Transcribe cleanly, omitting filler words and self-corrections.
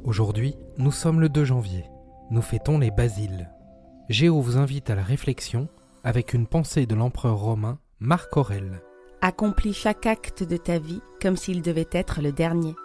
Aujourd'hui, nous sommes le 2 janvier. Nous fêtons les Basiles. Géo vous invite à la réflexion avec une pensée de l'empereur romain Marc Aurèle. Accomplis chaque acte de ta vie comme s'il devait être le dernier.